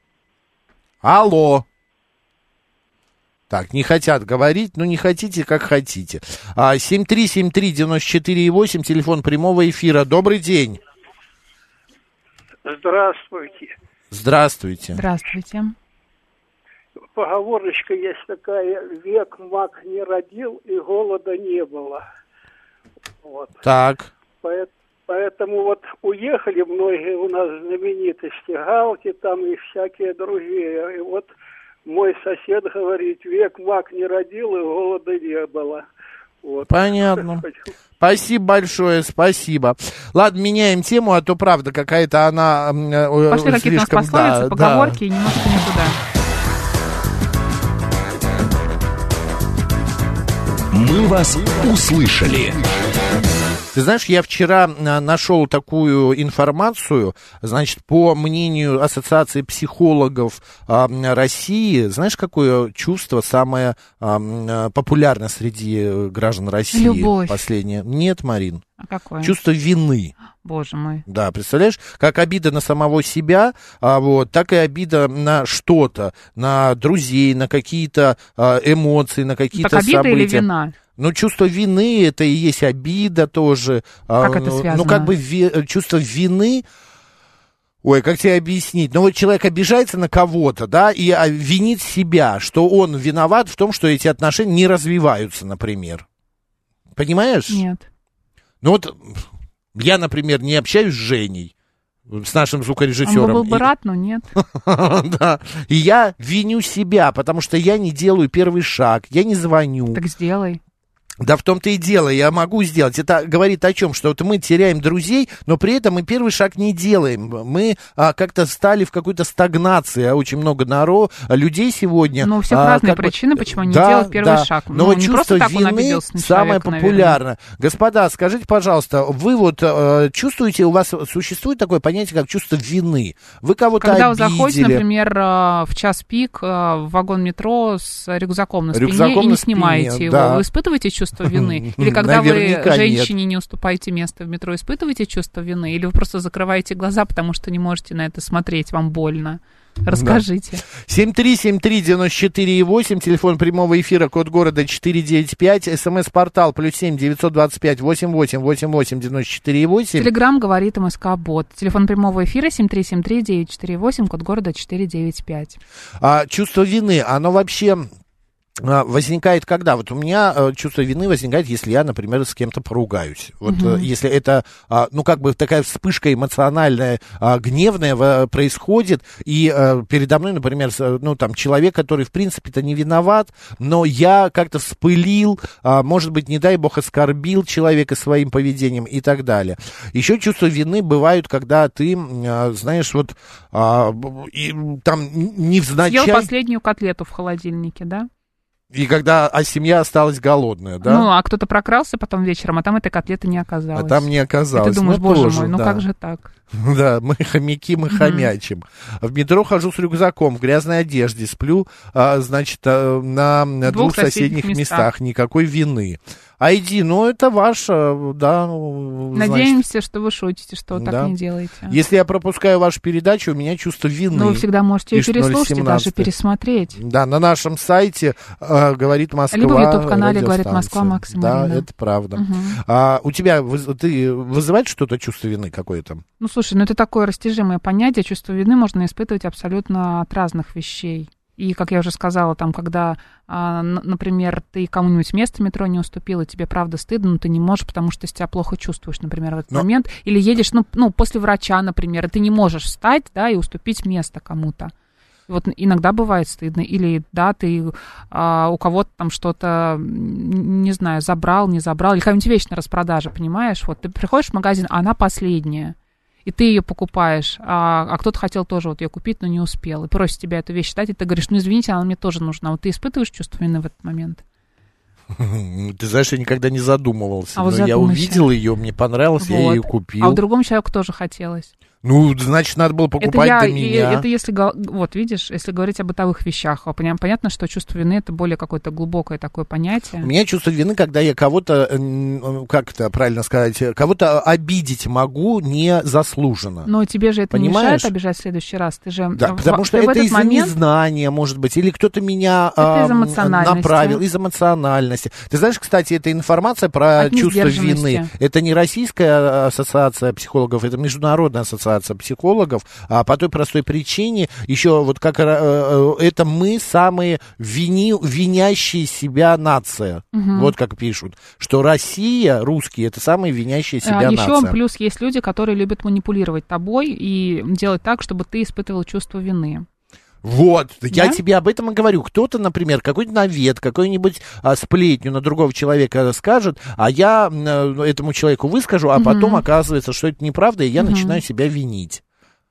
Алло. Так, не хотят говорить, ну не хотите, как хотите. А, семь три семь три девять четыре восемь, телефон прямого эфира. Добрый день. Здравствуйте. Здравствуйте. Здравствуйте. Поговорочка есть такая: век маг не родил и голода не было. Вот. Так. Поэт, поэтому вот уехали многие у нас знаменитости, Галки там и всякие другие. И вот мой сосед говорит: век маг не родил и голода не было. Вот. Понятно. Спасибо большое, спасибо. Ладно, меняем тему, а то правда какая-то она э, Пошли какие-то слишком... у нас пословицы, да, поговорки, да. и немножко не туда. Мы вас услышали. Ты знаешь, я вчера нашел такую информацию, значит, по мнению Ассоциации психологов а, России, знаешь, какое чувство самое а, популярное среди граждан России? Любовь. Последнее? Нет, Марин. А какое? Чувство вины. Боже мой. Да, представляешь, как обида на самого себя, а, вот, так и обида на что-то, на друзей, на какие-то а, эмоции, на какие-то так обида события. Или вина? Ну, чувство вины, это и есть обида тоже. Как это связано? Ну, как бы ви, чувство вины... Ой, как тебе объяснить? Ну, вот человек обижается на кого-то, да, и винит себя, что он виноват в том, что эти отношения не развиваются, например. Понимаешь? Нет. Ну, вот я, например, не общаюсь с Женей, с нашим звукорежиссером. Он был бы рад, но нет. Да. И я виню себя, потому что я не делаю первый шаг, я не звоню. Так сделай. Да в том-то и дело, я могу сделать. Это говорит о чем? Что вот мы теряем друзей, но при этом мы первый шаг не делаем. Мы а, как-то стали в какой-то стагнации. А очень много народу, людей сегодня... Ну, у всех а, разные как причины, бы, почему не да, делать первый да. шаг. Но ну, вот не чувство просто так он вины обиделся на самое человека, популярное. наверное. Господа, скажите, пожалуйста, вы вот э, чувствуете, у вас существует такое понятие, как чувство вины? Вы кого-то Когда обидели? вы заходите, например, в час пик в вагон метро с рюкзаком на спине Рюкзаком и не на снимаете спине, его, да. вы испытываете чувство вины? Или когда вы Наверняка женщине нет. не уступаете место в метро, испытываете чувство вины? Или вы просто закрываете глаза, потому что не можете на это смотреть, вам больно? Расскажите. семь три семь три девяносто четыре восемь, телефон прямого эфира, код города четыре девять пять, смс-портал плюс семь девятьсот двадцать пять восемьдесят восемь восемьдесят восемь девяносто четыре восемь. Телеграм говорит МСК-бот. Телефон прямого эфира семь три семь три девять четыре восемь, код города четыре девять пять. А, чувство вины, оно вообще... возникает когда? Вот у меня э, чувство вины возникает, если я, например, с кем-то поругаюсь. Вот Uh-huh. э, если это, э, ну, как бы такая вспышка эмоциональная, э, гневная э, происходит, и э, передо мной, например, с, ну, там, человек, который, в принципе-то, не виноват, но я как-то вспылил, э, может быть, не дай бог, оскорбил человека своим поведением и так далее. Еще чувство вины бывают, когда ты, э, знаешь, вот, э, и, там, невзначай... Съел последнюю котлету в холодильнике, да? И когда, а семья осталась голодная, да? Ну, а кто-то прокрался потом вечером, а там этой котлеты не оказалось. А там не оказалось. И ты думаешь, ну, боже тоже, мой, ну да. как же так? Да, мы хомяки, мы mm-hmm. хомячим. В метро хожу с рюкзаком, в грязной одежде, сплю, а, значит, а, на, на двух, двух соседних, соседних местах. местах. Никакой вины. Айди, ну это ваше, да. Надеемся, значит, что вы шутите, что да. так не делаете. Если я пропускаю вашу передачу, у меня чувство вины. Но вы всегда можете ее переслушать и даже пересмотреть. Да, на нашем сайте э, «Говорит Москва». Либо в ютуб-канале «Говорит Москва» Макс и Да, это правда. Угу. А, у тебя, ты вызывает что-то чувство вины какое-то? Ну, слушай, ну это такое растяжимое понятие. Чувство вины можно испытывать абсолютно от разных вещей. И, как я уже сказала, там, когда, а, например, ты кому-нибудь место в метро не уступил, и тебе правда стыдно, но ты не можешь, потому что ты себя плохо чувствуешь, например, в этот но... момент. Или едешь, ну, ну, после врача, например, и ты не можешь встать, да, и уступить место кому-то. Вот иногда бывает стыдно. Или, да, ты а, у кого-то там что-то, не знаю, забрал, не забрал. Или какая-нибудь вещь на распродаже, понимаешь? Вот ты приходишь в магазин, а она последняя. И ты ее покупаешь, а, а кто-то хотел тоже вот ее купить, но не успел. И просит тебя эту вещь дать, и ты говоришь, ну, извините, она мне тоже нужна. Вот ты испытываешь чувство вины в этот момент? Ты знаешь, я никогда не задумывался. А вот но задумайся. Я увидел ее, мне понравилось, вот. Я ее купил. А другому человеку тоже хотелось. Ну, значит, надо было покупать это я, до меня. Это если, вот видишь, если говорить о бытовых вещах, понятно, что чувство вины — это более какое-то глубокое такое понятие. У меня чувство вины, когда я кого-то, как это правильно сказать, кого-то обидеть могу незаслуженно. Но тебе же это Понимаешь? не мешает обижать в следующий раз. Ты же да, в, потому что это из-за момент... незнания, может быть, или кто-то меня это э, из направил, из эмоциональности. Ты знаешь, кстати, эта информация про От чувство вины. Это не Российская ассоциация психологов, это Международная ассоциация психологов. А по той простой причине, еще вот как э, это мы самые вини, винящие себя нация. Угу. Вот как пишут. Что Россия, русские, это самые винящие себя а, нация. Еще плюс есть люди, которые любят манипулировать тобой и делать так, чтобы ты испытывал чувство вины. Вот, да? Я Да? тебе об этом и говорю. Кто-то, например, какой-нибудь навет, какую-нибудь а, сплетню на другого человека скажет, а я а, этому человеку выскажу, а угу. потом оказывается, что это неправда, и я угу. начинаю себя винить.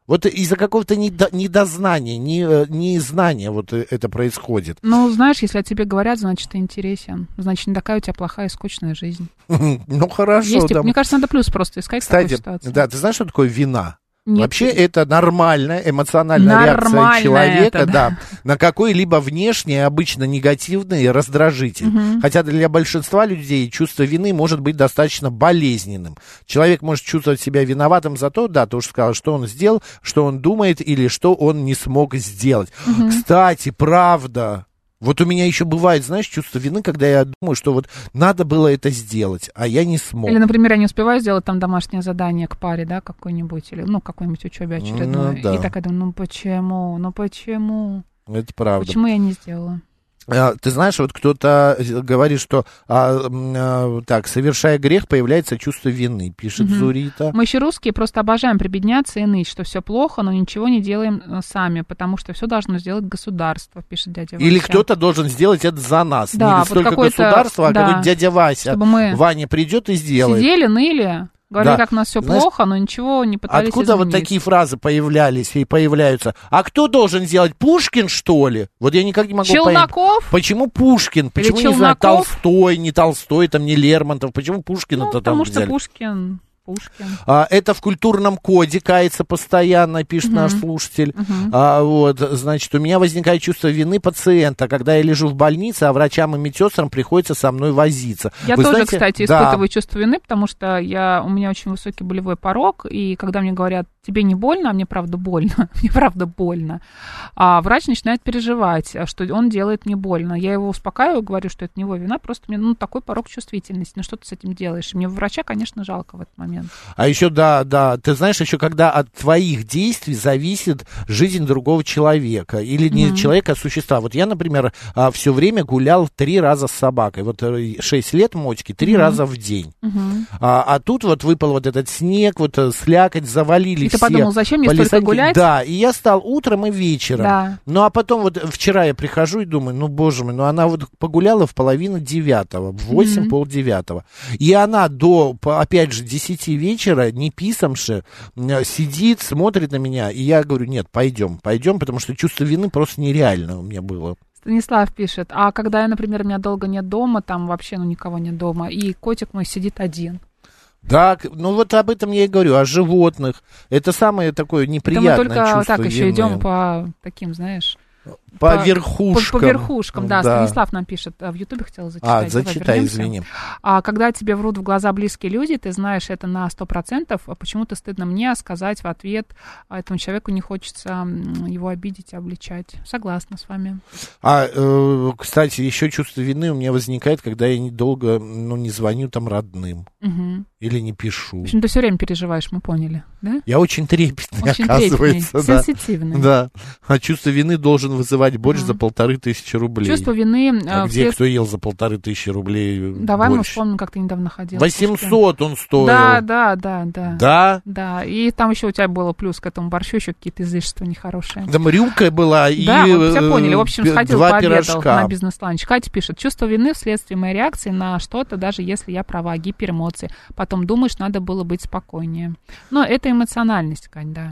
Вот из-за какого-то недо, недознания, не, незнания вот это происходит. Ну, знаешь, если о тебе говорят, значит, ты интересен. Значит, не такая у тебя плохая и скучная жизнь. Ну, хорошо. Есть, да. Мне кажется, надо плюс просто искать в такой ситуации. Да, ты знаешь, что такое вина? Нет. Вообще это нормальная эмоциональная Нормально реакция человека, это, да. да, на какой-либо внешний, обычно негативный раздражитель. Угу. Хотя для большинства людей чувство вины может быть достаточно болезненным. Человек может чувствовать себя виноватым за то, да, ты уже сказал, что он сделал, что он думает или что он не смог сделать. Угу. Кстати, правда... Вот у меня еще бывает, знаешь, чувство вины, когда я думаю, что вот надо было это сделать, а я не смог. Или, например, я не успеваю сделать там домашнее задание к паре, да, какое-нибудь, или, ну, какой-нибудь учебе очередной. Ну, да. И такая думаю, ну почему, ну почему? Это правда. Почему я не сделала? Ты знаешь, вот кто-то говорит, что а, а, так, совершая грех, появляется чувство вины, пишет угу. Зурита. Мы еще русские просто обожаем прибедняться и ныть, что все плохо, но ничего не делаем сами, потому что все должно сделать государство, пишет дядя Вася. Или кто-то должен сделать это за нас. Да, не вот столько государство, а да, какой-то дядя Вася. Чтобы мы Ваня придет и сделает. Сидели, ныли. Говорили, да. как у нас все Знаешь, плохо, но ничего не пытались откуда изменить. вот такие фразы появлялись и появляются? А кто должен сделать? Пушкин, что ли? Вот я никак не могу понять. Челноков? Почему Пушкин? Почему, Или не знаю, Челноков? Толстой, не Толстой, там, не Лермонтов? Почему Пушкина-то ну, там потому взяли? что Пушкин... Пушкин. А, это в культурном коде кается постоянно, пишет uh-huh. наш слушатель. Uh-huh. А, вот, значит, у меня возникает чувство вины пациента, когда я лежу в больнице, а врачам и медсестрам приходится со мной возиться. Я Вы тоже, знаете, кстати, да. испытываю чувство вины, потому что я, у меня очень высокий болевой порог, и когда мне говорят, тебе не больно, а мне правда больно, мне правда больно, а врач начинает переживать, что он делает мне больно. Я его успокаиваю, говорю, что это не его вина, просто мне ну, такой порог чувствительности, ну что ты с этим делаешь? И мне врача, конечно, жалко в этот момент. А еще, да, да, ты знаешь, еще когда от твоих действий зависит жизнь другого человека, или не mm-hmm. человека, а существа. Вот я, например, все время гулял три раза с собакой, вот шесть лет мотики, три mm-hmm. раза в день. Mm-hmm. А, а тут вот выпал вот этот снег, вот слякоть, завалили и все. Ты подумал, зачем мне столько гулять? Да, и я стал утром и вечером. Да. Ну, а потом вот вчера я прихожу и думаю, ну, боже мой, ну, она вот погуляла в половину девятого, в восемь, mm-hmm. полдевятого. И она до, опять же, десяти вечера не писамши, сидит, смотрит на меня, и я говорю, нет, пойдем, пойдем, потому что чувство вины просто нереально у меня было. Станислав пишет, а когда я, например, у меня долго нет дома, там вообще, ну, никого нет дома, и котик мой сидит один. Да, ну вот об этом я и говорю, о животных. Это самое такое неприятное чувство. Мы только так вины. еще идем по таким, знаешь... По, по верхушкам. По, по верхушкам, да. да. Станислав нам пишет, в Ютубе хотела зачитать. А, зачитай, извини. А когда тебе врут в глаза близкие люди, ты знаешь это на сто процентов, а почему-то стыдно мне сказать в ответ, а этому человеку не хочется его обидеть, обличать. Согласна с вами. А, э, кстати, еще чувство вины у меня возникает, когда я недолго, ну, не звоню там родным. Угу. Или не пишу. В общем, ты все время переживаешь, мы поняли, да? Я очень трепетный, очень оказывается. Трепетный, да. сенситивный. Да. А чувство вины должен вызывать борщ а. за полторы тысячи рублей. Чувство вины... А где вслед... кто ел за полторы тысячи рублей Давай борщ? Мы вспомним, как ты недавно ходил. восемьсот он стоил. Да, да, да, да. Да? Да, и там еще у тебя было плюс к этому борщу, еще какие-то излишества нехорошие. Там рюмка была и да, мы все поняли. В общем, сходил, пообедал пирожка. На бизнес-ланч. Катя пишет, чувство вины вследствие моей реакции на что-то, даже если я права, гиперэмоции. Потом думаешь, надо было быть спокойнее. Но это эмоциональность, Кать, да.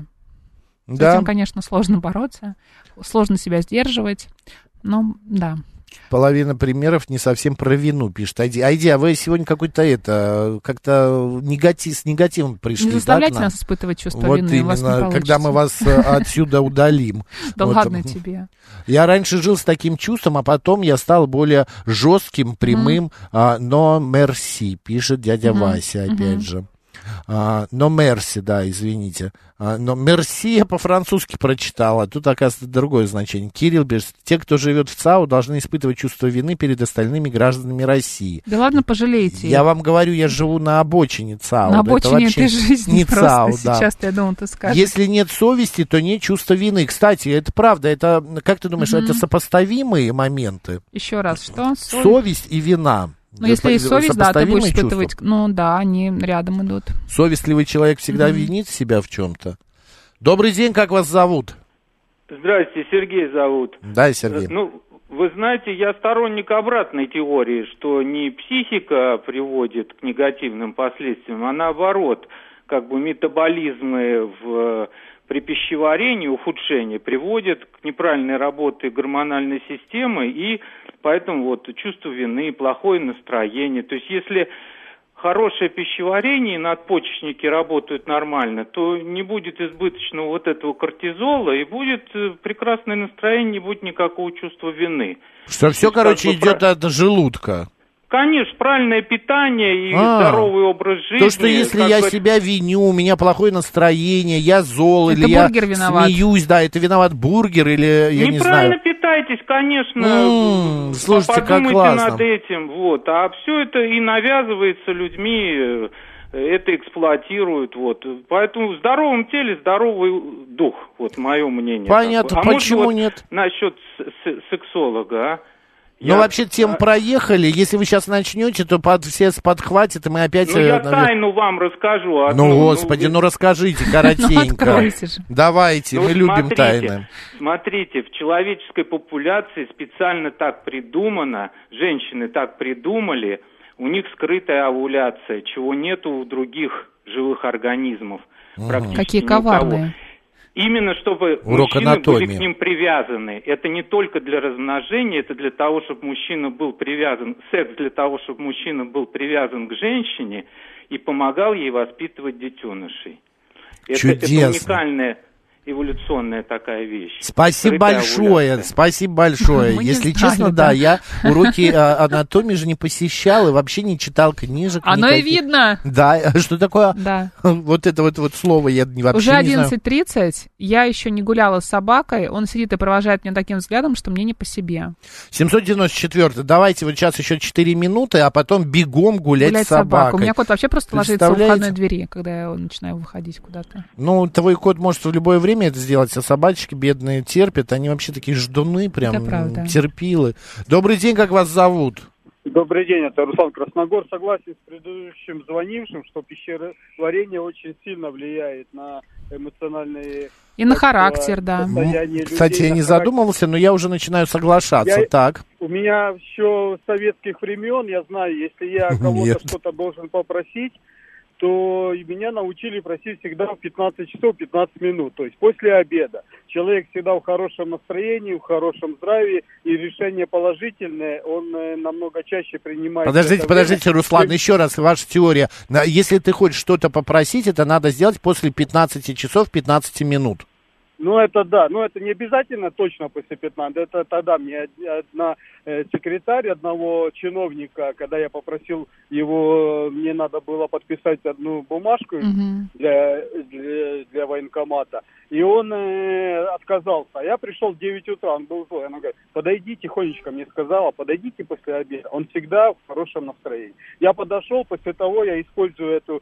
С да. этим, конечно, сложно бороться, сложно себя сдерживать, но да. Половина примеров не совсем про вину, пишет Айди. Айди, а вы сегодня какой-то это, как-то негатив, с негативом пришли, не заставляйте да, нас испытывать чувство вот вины, именно, у вас не получится. Когда мы вас отсюда удалим. Да ладно тебе. Я раньше жил с таким чувством, а потом я стал более жестким, прямым, но мерси, пишет дядя Вася, опять же. А, но мерси, да, извините. А, но мерси я по-французски прочитала. Тут, оказывается, другое значение. Кирилл пишет, те, кто живет в ЦАУ, должны испытывать чувство вины перед остальными гражданами России. Да ладно, пожалейте. Я вам говорю, я живу на обочине ЦАУ. На обочине этой жизни не просто ЦАУ, сейчас, да. я думаю, ты скажешь. Если нет совести, то нет чувства вины. Кстати, это правда. Это, как ты думаешь, mm-hmm. это сопоставимые моменты? Еще раз, что? Совесть, совесть и вина. Ну, если есть совесть, да, ты будешь испытывать, чувства. Ну, да, они рядом идут. Совестливый человек всегда mm-hmm. винит себя в чем-то. Добрый день, как вас зовут? Здравствуйте, Сергей зовут. Да, Сергей. Ну, вы знаете, я сторонник обратной теории, что не психика приводит к негативным последствиям, а наоборот, как бы метаболизмы в при пищеварении ухудшение приводит к неправильной работе гормональной системы, и поэтому вот чувство вины, плохое настроение. То есть если хорошее пищеварение, надпочечники работают нормально, то не будет избыточного вот этого кортизола, и будет прекрасное настроение, не будет никакого чувства вины. Что все, короче, идет про... от желудка. Конечно, правильное питание и а, здоровый образ жизни. То, что если я бы... себя виню, у меня плохое настроение, я зол, это или я виноват. смеюсь, да, это виноват бургер, или я не знаю. Неправильно питайтесь, конечно. М-м, слушайте, как классно. Над этим, вот. А все это и навязывается людьми, это эксплуатируют, вот. Поэтому в здоровом теле здоровый дух, вот мое мнение. Понятно, такое. А почему может, нет? Вот насчет сексолога, а? Ну, Я... вообще, тему проехали. Если вы сейчас начнете, то под, все подхватят, и мы опять... Ну, я тайну вам расскажу. Одну, ну, господи, ну, расскажите коротенько. Давайте, мы любим тайны. Смотрите, в человеческой популяции специально так придумано, женщины так придумали, у них скрытая овуляция, чего нету у других живых организмов. Практически Какие коварные. Именно чтобы Урок мужчины анатомии. были к ним привязаны. Это не только для размножения, это для того, чтобы мужчина был привязан, секс для того, чтобы мужчина был привязан к женщине и помогал ей воспитывать детенышей. Это, это уникальная эволюционная такая вещь. Спасибо большое, спасибо большое. Если честно, да, я уроки анатомии же не посещал и вообще не читал книжек. Оно и видно. Да, что такое? Да. Вот это вот, вот слово я вообще не знаю. Уже одиннадцать тридцать, я еще не гуляла с собакой, он сидит и провожает меня таким взглядом, что мне не по себе. семьсот девяносто четыре, давайте вот сейчас еще четыре минуты, а потом бегом гулять, гулять с собакой. собакой. У меня кот вообще просто ложится у входной двери, когда я начинаю выходить куда-то. Ну, твой кот может в любое время это сделать, а собачки бедные терпят, они вообще такие ждуны, прям терпилы. Добрый день, как вас зовут? Добрый день, это Руслан Красногор. Согласен с предыдущим звонившим, что пищеварение очень сильно влияет на эмоциональные... И на характер, да. Кстати, я не задумывался, но я уже начинаю соглашаться. Я, так. У меня еще с советских времен, я знаю, если я кого-то что-то должен попросить, то меня научили просить всегда в пятнадцать часов пятнадцать минут, то есть после обеда. Человек всегда в хорошем настроении, в хорошем здравии, и решение положительное, он э, намного чаще принимает. Подождите, подождите, Руслан, еще раз, ваша теория. Если ты хочешь что-то попросить, это надо сделать после пятнадцати часов пятнадцати минут. Ну, это да, но это не обязательно точно после пятнадцати. Это тогда мне одна э, секретарь одного чиновника, когда я попросил его, мне надо было подписать одну бумажку uh-huh. для, для, для военкомата, и он э, отказался. Я пришел в девять утра, он был злой. Она говорит, подойди тихонечко, мне сказала, подойдите после обеда. Он всегда в хорошем настроении. Я подошел, после того я использую эту,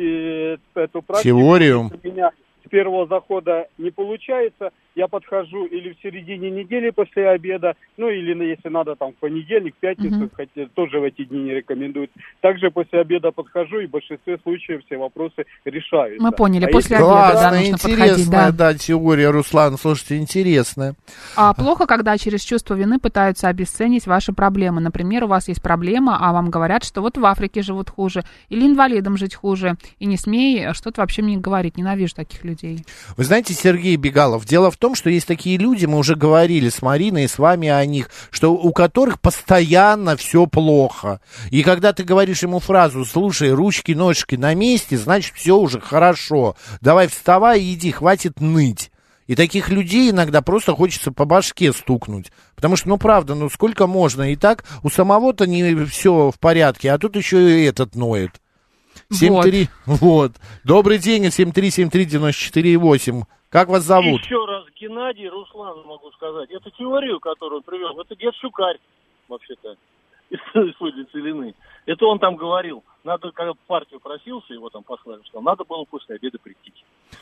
э, эту практику. Теорию. С первого захода не получается, я подхожу или в середине недели после обеда, ну или если надо там в понедельник, в пятницу, uh-huh. хотя тоже в эти дни не рекомендуют. Также после обеда подхожу и в большинстве случаев все вопросы решаются. Мы поняли, а после если... обеда, Классно, да, нужно интересная, подходить, да. да, теория, Руслан, слушайте, интересная. А плохо, когда через чувство вины пытаются обесценить ваши проблемы. Например, у вас есть проблема, а вам говорят, что вот в Африке живут хуже, или инвалидам жить хуже, и не смей что-то вообще мне говорить. Ненавижу таких людей. Вы знаете, Сергей Бегалов, дело в том, что есть такие люди, мы уже говорили с Мариной и с вами о них, что у которых постоянно все плохо. И когда ты говоришь ему фразу, слушай, ручки, ножки на месте, значит, все уже хорошо. Давай вставай и иди, хватит ныть. И таких людей иногда просто хочется по башке стукнуть. Потому что, ну, правда, ну, сколько можно? И так у самого-то не все в порядке, а тут еще и этот ноет. семь три, вот. вот. Добрый день, семь три семь три девяносто четыре восемь. Как вас зовут? Еще раз, Геннадий Руслан, могу сказать. Эту теорию, которую он привел, это дед Шукарь, вообще-то, из Исследователей целины. Это он там говорил. Надо, когда в партию просился, его там послали, что надо было после обеда прийти.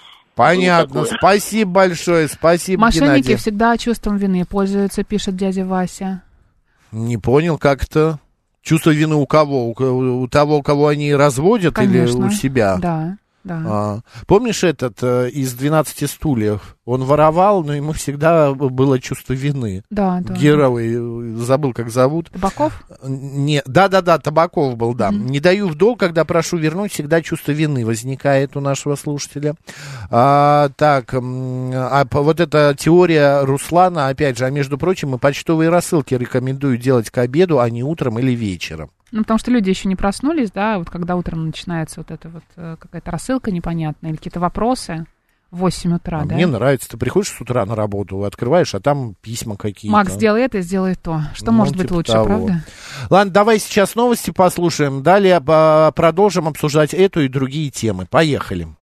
Понятно, спасибо большое, спасибо, Мошенники Геннадий. всегда чувством вины пользуются, пишет дядя Вася. Не понял, как это... Чувство вины у кого? У, у того, кого они разводят, конечно, или у себя? Да. Да. А, помнишь этот э, из «двенадцати стульев»? Он воровал, но ему всегда было чувство вины. Да, да. Герой, забыл, как зовут. Табаков? Не, да-да-да, Табаков был, да. Mm-hmm. Не даю в долг, когда прошу вернуть, всегда чувство вины возникает у нашего слушателя. А, так, а, вот эта теория Руслана, опять же, а между прочим, и почтовые рассылки рекомендую делать к обеду, а не утром или вечером. Ну, потому что люди еще не проснулись, да, вот когда утром начинается вот эта вот какая-то рассылка непонятная или какие-то вопросы в восемь утра, а да? Мне нравится, ты приходишь с утра на работу, открываешь, а там письма какие-то. Макс, сделай это, сделай то. Что ну, может типа быть лучше, того. правда? Ладно, давай сейчас новости послушаем, далее продолжим обсуждать эту и другие темы. Поехали.